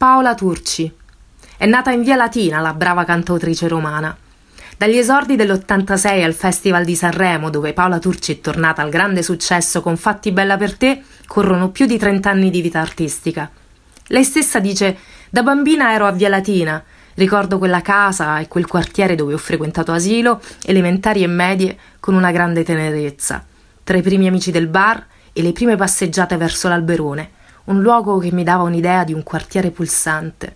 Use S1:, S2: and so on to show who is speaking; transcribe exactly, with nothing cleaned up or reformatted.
S1: Paola Turci. È nata in Via Latina, la brava cantautrice romana. Dagli esordi dell'ottantasei al Festival di Sanremo, dove Paola Turci è tornata al grande successo con Fatti bella per te, corrono più di trent'anni di vita artistica. Lei stessa dice: da bambina ero a Via Latina, ricordo quella casa e quel quartiere dove ho frequentato asilo, elementari e medie con una grande tenerezza. Tra i primi amici del bar e le prime passeggiate verso l'Alberone, un luogo che mi dava un'idea di un quartiere pulsante.